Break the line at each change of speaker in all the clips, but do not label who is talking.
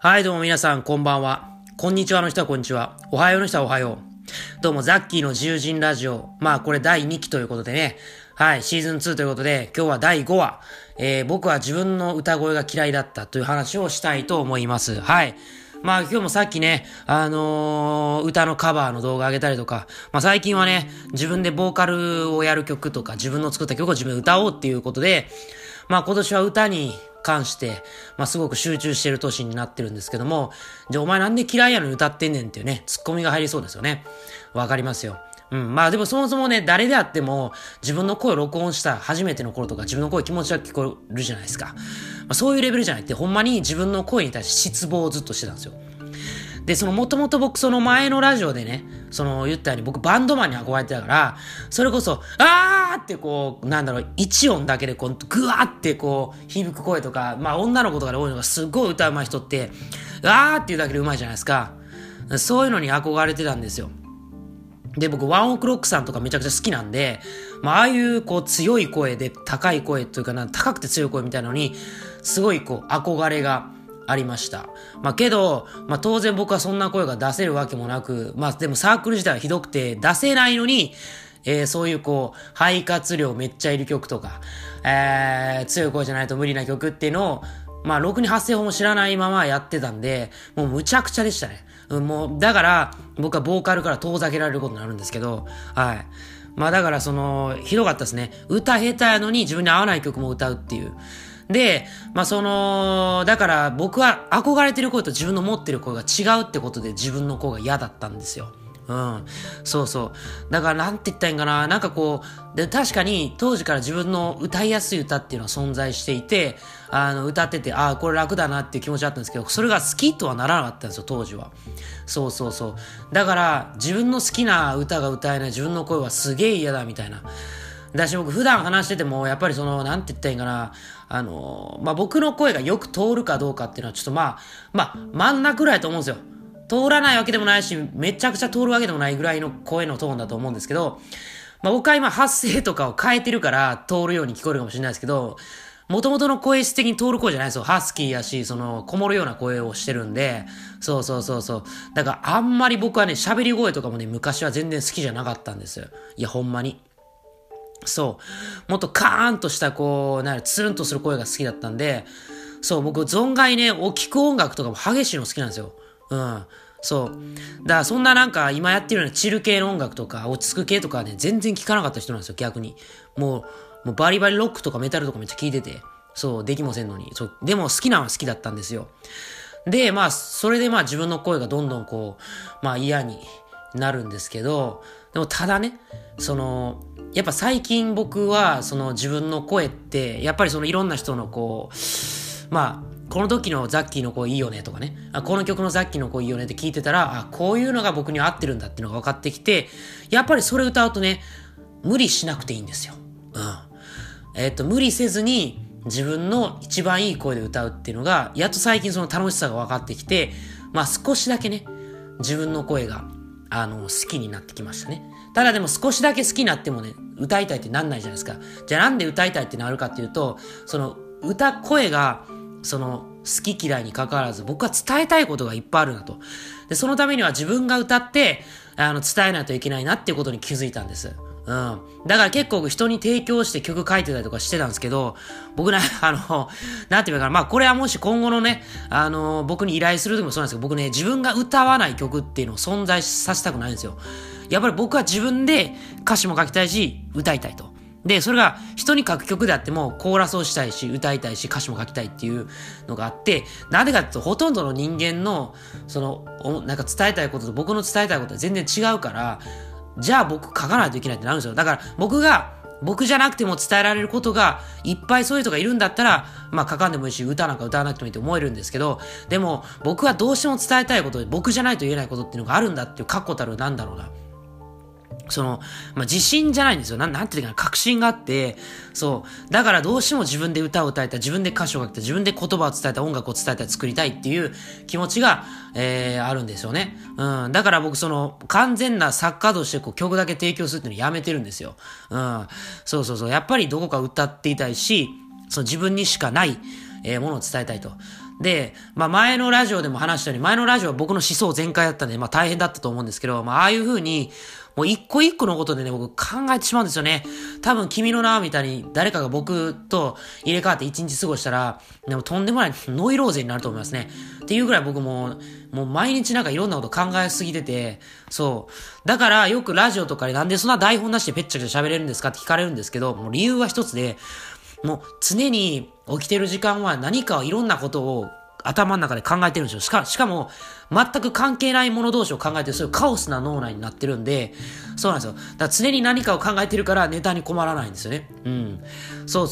はい、どうも皆さん、こんばんは。こんにちはの人はこんにちは。おはようの人はおはよう。どうも、ザッキーの自由人ラジオ。これ第2期ということでね。はい、シーズン2ということで、今日は第5話。僕は自分の歌声が嫌いだったという話をしたいと思います。はい。今日もさっきね、歌のカバーの動画上げたりとか、最近はね、自分でボーカルをやる曲とか、自分の作った曲を自分で歌おうっていうことで、今年は歌に関して、すごく集中してる年になってるんですけども、じゃあお前なんで嫌いやのに歌ってんねんっていうね、ツッコミが入りそうですよね。わかりますよ。でもそもそもね、誰であっても自分の声を録音した初めての頃とか自分の声気持ちよく聞こえるじゃないですか。そういうレベルじゃないって、ほんまに自分の声に対して失望をずっとしてたんですよ。で、もともと僕その前のラジオでね、言ったように僕バンドマンに憧れてたから、それこそ、って一音だけでぐわーって響く声とか、女の子とかで多いのがすごい歌うまい人って、っていうだけでうまいじゃないですか。そういうのに憧れてたんですよ。で、僕、ワンオクロックさんとかめちゃくちゃ好きなんで、ああいう強い声で高い声というか高くて強い声みたいなのに、すごい憧れがありました。けど、当然僕はそんな声が出せるわけもなく、でもサークル自体はひどくて出せないのに、そういう肺活量めっちゃいる曲とか、強い声じゃないと無理な曲っていうのを、ろくに発声法も知らないままやってたんで、もうむちゃくちゃでしたね。だから、僕はボーカルから遠ざけられることになるんですけど、はい。だからひどかったですね。歌下手やのに自分に合わない曲も歌うっていう。で、だから僕は憧れてる声と自分の持ってる声が違うってことで自分の声が嫌だったんですよ。そうそう。だからなんて言ったらいいんかな。で、確かに当時から自分の歌いやすい歌っていうのは存在していて、歌ってて、これ楽だなっていう気持ちだったんですけど、それが好きとはならなかったんですよ、当時は。そうそうそう。だから、自分の好きな歌が歌えない自分の声はすげえ嫌だみたいな。僕普段話してても、やっぱりなんて言ったらいいんかな。僕の声がよく通るかどうかっていうのはちょっと真ん中ぐらいだと思うんですよ。通らないわけでもないし、めちゃくちゃ通るわけでもないぐらいの声のトーンだと思うんですけど、僕は今発声とかを変えてるから通るように聞こえるかもしれないですけど、元々の声質的に通る声じゃないですよ。ハスキーやし、こもるような声をしてるんで、そう。だからあんまり僕はね、喋り声とかもね、昔は全然好きじゃなかったんですよ。いや、ほんまに。そう。もっとカーンとしたつるんとする声が好きだったんで、僕存外ね、聞く音楽とかも激しいの好きなんですよ。そう。だからそんな今やってるようなチル系の音楽とか落ち着く系とかね、全然聞かなかった人なんですよ、逆に。もうバリバリロックとかメタルとかめっちゃ聞いてて、できもせんのに。でも好きなのは好きだったんですよ。で、それで自分の声がどんどん嫌になるんですけど、でもただね、やっぱ最近僕は自分の声って、やっぱりいろんな人のこの時のザッキーの声いいよねとかね、この曲のザッキーの声いいよねって聞いてたら、こういうのが僕に合ってるんだっていうのが分かってきて、やっぱりそれ歌うとね、無理しなくていいんですよ。無理せずに自分の一番いい声で歌うっていうのが、やっと最近楽しさが分かってきて、少しだけね、自分の声が、好きになってきましたね。ただでも少しだけ好きになってもね、歌いたいってなんないじゃないですか。じゃあなんで歌いたいってなるかっていうと、声が、好き嫌いに関わらず僕は伝えたいことがいっぱいあるなと。で、そのためには自分が歌って、伝えないといけないなっていうことに気づいたんです。だから結構人に提供して曲書いてたりとかしてたんですけど、僕ね、なんていうかな、これはもし今後のね、僕に依頼する時もそうなんですけど、僕ね、自分が歌わない曲っていうのを存在させたくないんですよ。やっぱり僕は自分で歌詞も書きたいし、歌いたいと。で、それが人に書く曲であってもコーラスをしたいし、歌いたいし、歌詞も書きたいっていうのがあって、なんでかっていうと、ほとんどの人間の、伝えたいことと僕の伝えたいことは全然違うから、じゃあ僕書かないといけないってなるんですよ。だから僕じゃなくても伝えられることがいっぱいそういう人がいるんだったら、書かんでもいいし、歌なんか歌わなくてもいいって思えるんですけど、でも僕はどうしても伝えたいことで僕じゃないと言えないことっていうのがあるんだっていう確固たる自信じゃないんですよ。なんていうかな、確信があって、だからどうしても自分で歌を歌いたい、自分で歌詞を書きたい、自分で言葉を伝えたい、音楽を伝えたい、作りたいっていう気持ちが、あるんですよね。だから僕完全な作家として曲だけ提供するっていうのやめてるんですよ。やっぱりどこか歌っていたいし、自分にしかない、ものを伝えたいと。 で、前のラジオでも話したように、前のラジオは僕の思想全開だったんで、大変だったと思うんですけど、ああいう風に、もう一個一個のことでね、僕考えてしまうんですよね。多分君の名みたいに誰かが僕と入れ替わって一日過ごしたら、でもとんでもないノイローゼになると思いますね。っていうぐらい僕もう毎日なんかいろんなこと考えすぎてて、そう。だからよくラジオとかでなんでそんな台本なしでペッチャクチャ喋れるんですかって聞かれるんですけど、もう理由は一つで、もう常に起きてる時間は何かいろんなことを頭の中で考えてるんですよ。しかも、全く関係ないもの同士を考えてる、そういうカオスな脳内になってるんで、そうなんですよ。だから常に何かを考えてるからネタに困らないんですよね。そう。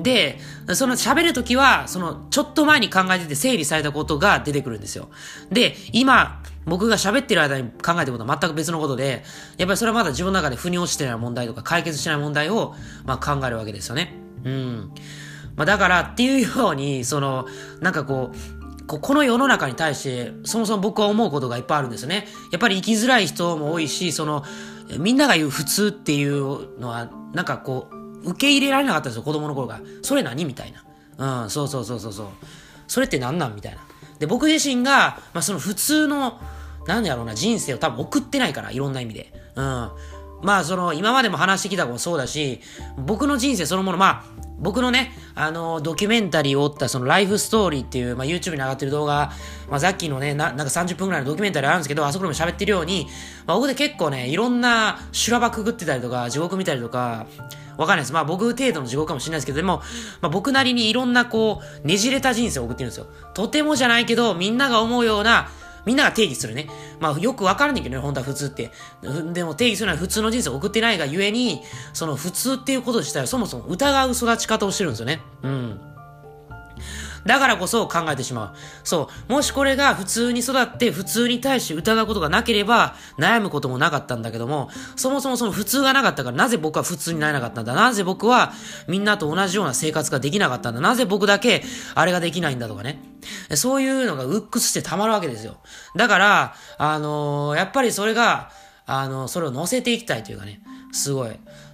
で、その喋るときは、ちょっと前に考えてて整理されたことが出てくるんですよ。で、今、僕が喋ってる間に考えてることは全く別のことで、やっぱりそれはまだ自分の中で腑に落ちてない問題とか解決しない問題を、考えるわけですよね。だからっていうように、なんかこの世の中に対して、そもそも僕は思うことがいっぱいあるんですよね。やっぱり生きづらい人も多いし、みんなが言う普通っていうのは、なんか受け入れられなかったんですよ、子供の頃が。それ何みたいな。そう。それって何なんみたいな。で、僕自身が、その普通の、なんだろうな、人生を多分送ってないから、いろんな意味で。今までも話してきたこともそうだし、僕の人生そのもの、僕のね、ドキュメンタリーを追ったそのライフストーリーっていう、YouTube に上がってる動画、ザッキーのね、なんか30分くらいのドキュメンタリーあるんですけど、あそこでも喋ってるように、僕で結構ね、いろんな修羅場くぐってたりとか、地獄見たりとか、わかんないです。僕程度の地獄かもしれないですけど、でも、僕なりにいろんなねじれた人生を送ってるんですよ。とてもじゃないけど、みんなが思うような、みんなが定義するね。よくわからんねんけどね、本当は普通って。でも定義するのは普通の人生を送ってないがゆえに、その普通っていうこと自体はそもそも疑う育ち方をしてるんですよね。だからこそ考えてしまう。そう。もしこれが普通に育って普通に対して疑うことがなければ悩むこともなかったんだけども、そもそもその普通がなかったからなぜ僕は普通になれなかったんだ。なぜ僕はみんなと同じような生活ができなかったんだ。なぜ僕だけあれができないんだとかね。そういうのが鬱屈してたまるわけですよ。だから、やっぱりそれが、それを乗せていきたいというかね。すごい。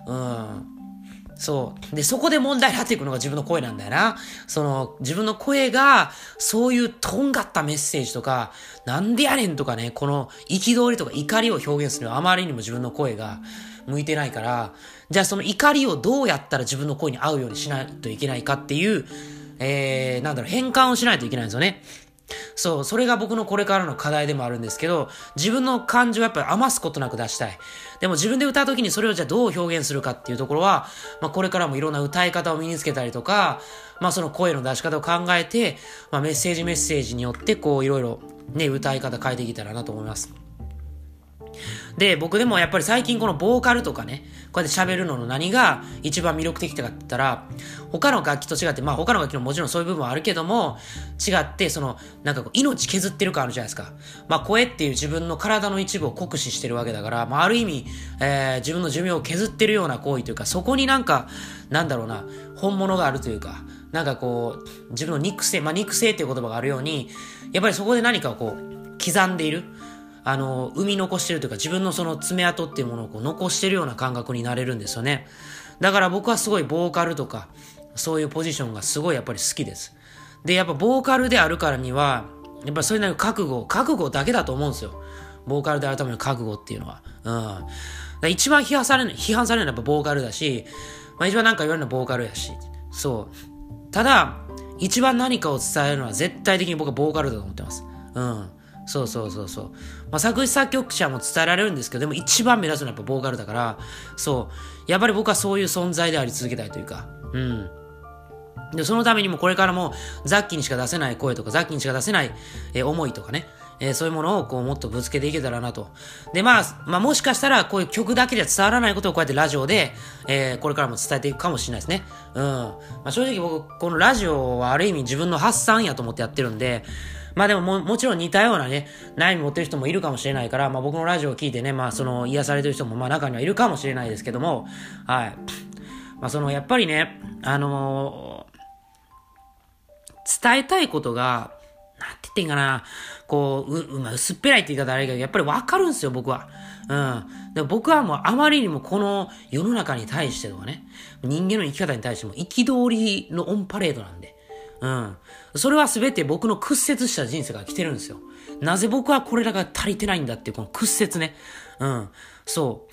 そう。で、そこで問題になっていくのが自分の声なんだよな。自分の声が、そういうとんがったメッセージとか、なんでやねんとかね、この憤りとか怒りを表現するのはあまりにも自分の声が向いてないから、じゃあその怒りをどうやったら自分の声に合うようにしないといけないかっていう、変換をしないといけないんですよね。そう、それが僕のこれからの課題でもあるんですけど、自分の感情をやっぱり余すことなく出したい。でも自分で歌うときにそれをじゃあどう表現するかっていうところは、これからもいろんな歌い方を身につけたりとか、その声の出し方を考えて、メッセージによっていろいろね、歌い方変えていけたらなと思います。で、僕でもやっぱり最近このボーカルとかね、こうやって喋るのの何が一番魅力的かって言ったら、他の楽器と違って、他の楽器ももちろんそういう部分はあるけども、違って、なんか命削ってる感あるじゃないですか。声っていう自分の体の一部を酷使してるわけだから、ある意味、自分の寿命を削ってるような行為というか、そこになんか、本物があるというか、自分の肉声、肉声っていう言葉があるように、やっぱりそこで何かを刻んでいる。生み残してるというか自分のその爪痕っていうものを残してるような感覚になれるんですよね。だから僕はすごいボーカルとかそういうポジションがすごいやっぱり好きです。で、やっぱボーカルであるからにはやっぱそれなりの覚悟だけだと思うんですよ。ボーカルであるための覚悟っていうのは。一番批判されるのはやっぱボーカルだし、一番なんか言われるのはボーカルやし。そう。ただ、一番何かを伝えるのは絶対的に僕はボーカルだと思ってます。そう。作詞作曲者も伝えられるんですけど、でも一番目立つのはやっぱボーカルだから、そう。やっぱり僕はそういう存在であり続けたいというか、で、そのためにもこれからもザッキーにしか出せない声とか、ザッキーにしか出せない、思いとかね、そういうものをもっとぶつけていけたらなと。で、もしかしたらこういう曲だけでは伝わらないことをこうやってラジオで、これからも伝えていくかもしれないですね。正直僕、このラジオはある意味自分の発散やと思ってやってるんで、でももちろん似たようなね、悩み持ってる人もいるかもしれないから、僕のラジオを聞いてね、癒されてる人も中にはいるかもしれないですけども、はい。やっぱりね、伝えたいことが、なんて言ってんかな、薄っぺらいって言い方あれだけど、やっぱりわかるんですよ、僕は。で僕はもうあまりにもこの世の中に対してとかね、人間の生き方に対しても憤りのオンパレードなんで、 うん。それは全て僕の屈折した人生が来てるんですよ。なぜ僕はこれらが足りてないんだっていうこの屈折ね。うん。そう。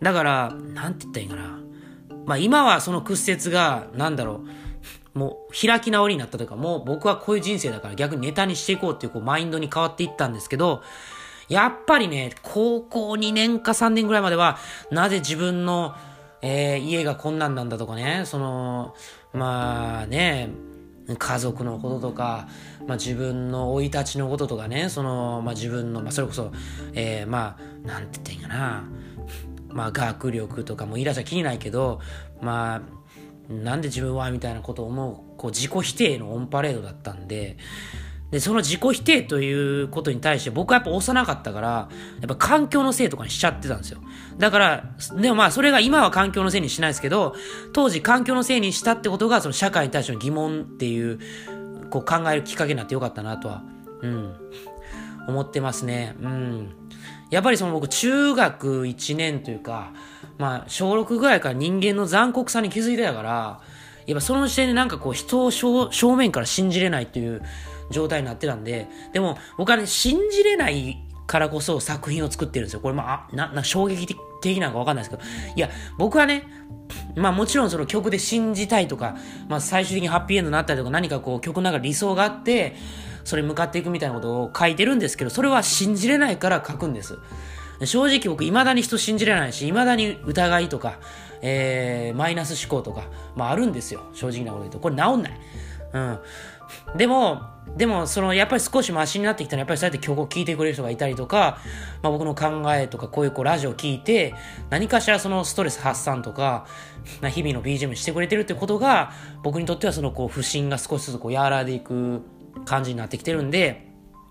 だから、なんて言ったらいいかな。まあ今はその屈折が、もう開き直りになったというか、もう僕はこういう人生だから逆にネタにしていこうっていうマインドに変わっていったんですけど、やっぱりね、高校2年か3年ぐらいまでは、なぜ自分の、家がこんなんなんだとかね、まあね、家族のこととか、まあ自分の生い立ちのこととかね、まあ自分の、まあそれこそ、まあ、なんて言っていいかな、まあ学力とかも言い出したら気にないけど、まあ、なんで自分はみたいなことを思う、自己否定のオンパレードだったんで、その自己否定ということに対して僕はやっぱ幼かったから、やっぱ環境のせいとかにしちゃってたんですよ。だから、でもまあそれが今は環境のせいにしないですけど、当時環境のせいにしたってことがその社会に対しての疑問っていう、考えるきっかけになってよかったなとは、思ってますね。やっぱり僕中学1年というか、まあ小6ぐらいから人間の残酷さに気づいてたから、やっぱその時点で人を正面から信じれないっていう状態になってたんで、でも僕はね、信じれないからこそ作品を作ってるんですよ。これまあ、衝撃的なのかわかんないですけど、いや、僕はね、まあもちろんその曲で信じたいとか、まあ最終的にハッピーエンドになったりとか何か曲の中で理想があって、それに向かっていくみたいなことを書いてるんですけど、それは信じれないから書くんです。正直僕未だに人信じれないし、未だに疑いとか、マイナス思考とか、まああるんですよ。正直なこと言うと。これ治んない。でも、やっぱり少しマシになってきたら、やっぱりそうやって曲を聴いてくれる人がいたりとか、まあ僕の考えとか、こういうラジオを聞いて、何かしらストレス発散とか、日々の BGM してくれてるってことが、僕にとっては不信が少しずつ和らいでいく感じになってきてるんで、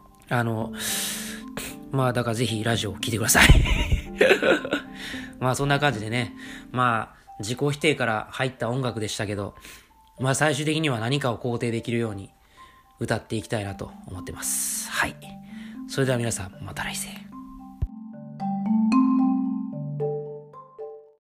まあだからぜひラジオを聴いてください。まあそんな感じでね、まあ自己否定から入った音楽でしたけど、まあ最終的には何かを肯定できるように歌っていきたいなと思ってます。はい。それでは皆さん、また来世。